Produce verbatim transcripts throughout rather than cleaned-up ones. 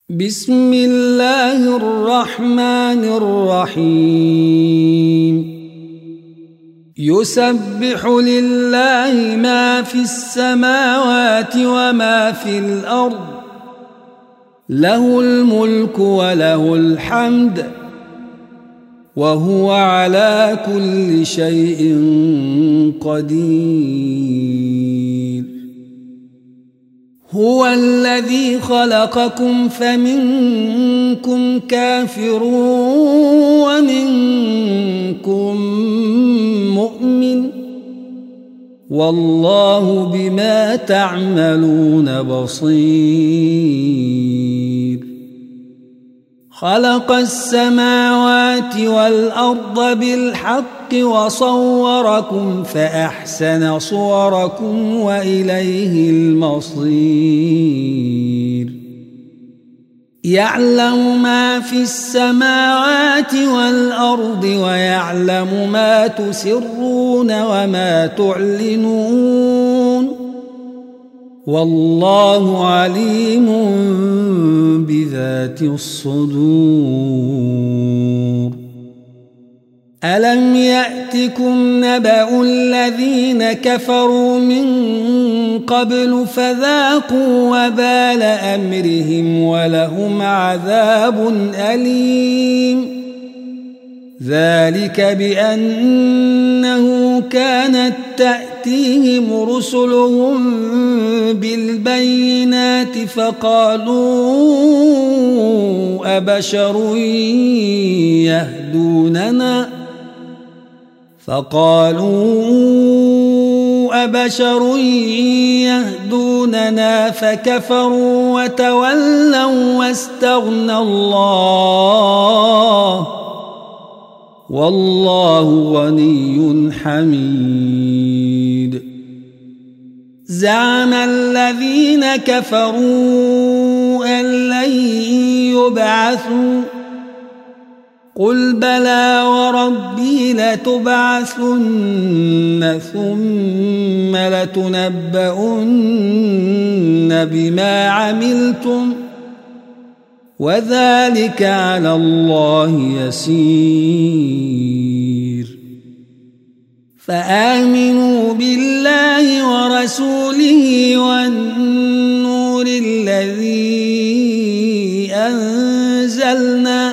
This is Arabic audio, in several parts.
بسم الله الرحمن الرحيم يسبح لله ما في السماوات وما في الأرض له الملك وله الحمد وهو على كل شيء قدير هو الذي خلقكم فمنكم كافر ومنكم مؤمن والله بما تعملون بصير خلق السماوات والأرض بالحق وصوركم فأحسن صوركم وإليه المصير يعلم ما في السماوات والأرض ويعلم ما تسرون وما تعلنون والله عليم بذات الصدور ألم يأتكم نبأ الذين كفروا من قبل فذاقوا وبال أمرهم ولهم عذاب أليم ذلك بأنه كانت تأتيهم رسلهم بالبينات فقالوا أبشر يهدوننا فقالوا أبشر يهدوننا فكفروا وتولوا واستغنى الله والله غني حميد زعم الذين كفروا أن لن يبعثوا قل بلى وربي لتبعثن ثم لتنبؤن بما عملتم وذلك على الله يسير فآمنوا بالله ورسوله والنور الذي أنزلنا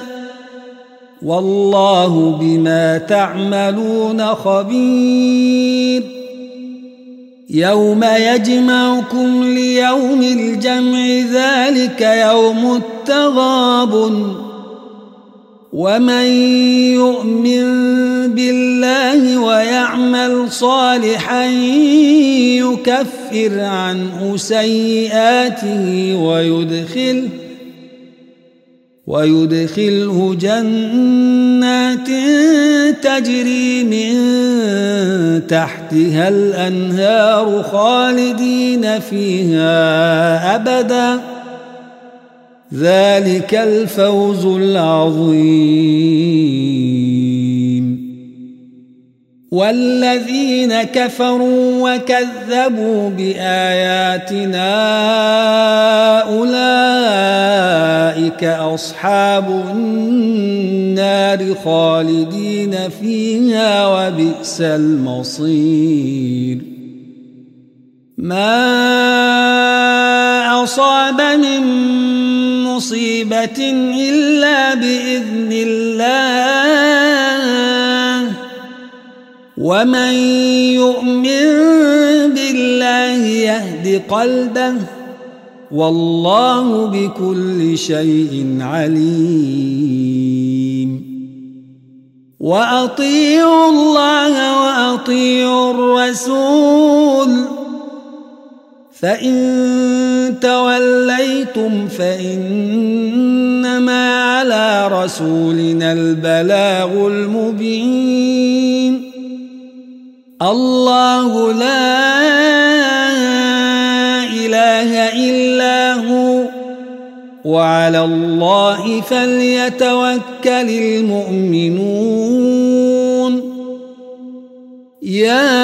والله بما تعملون خبير يوم يجمعكم ليوم الجمع ذلك يوم التغابن ومن يؤمن بالله ويعمل صالحا يكفر عنه سيئاته ويدخله ويدخله جنات تجري من تحتها الأنهار خالدين فيها أبدا ذلك الفوز العظيم والذين كفروا وكذبوا بآياتنا أولئك أصحاب النار خالدين فيها وبئس المصير ما أصاب من مصيبة إلا بإذن الله ومن يؤمن بالله يهد قلبه والله بكل شيء عليم وأطيعوا الله وأطيعوا الرسول فإن توليتم فإنما على رسولنا البلاغ المبين الله لا إله إلا هو وعلى الله فليتوكل المؤمنون يا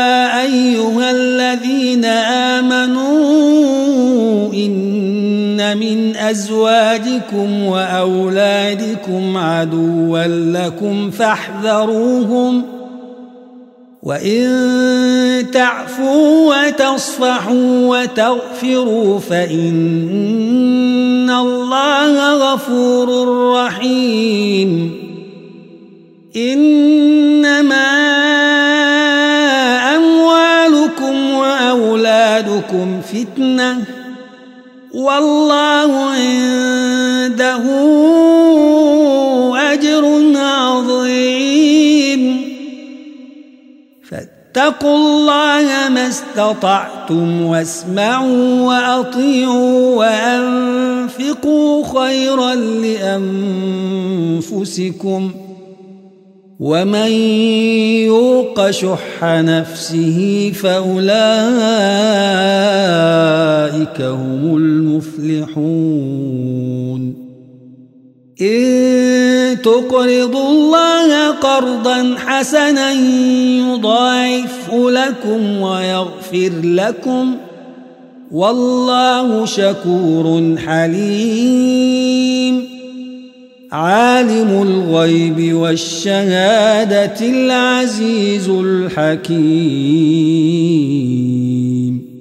أيها الذين آمنوا إن من أزواجكم وأولادكم عدوا لكم فاحذروهم وإن تعفوا وتصفحوا وتغفروا فإن الله غفور رحيم إنما أموالكم وأولادكم فتنة والله عنده أجر عظيم فاتقوا الله ما استطعتم واسمعوا وأطيعوا وأنفقوا خيرا لأنفسكم ومن يوق شح نفسه فأولئك هم المفلحون إن تقرضوا الله قرضا حسنا يضاعفه لكم ويغفر لكم والله شكور حليم عالم الغيب والشهادة العزيز الحكيم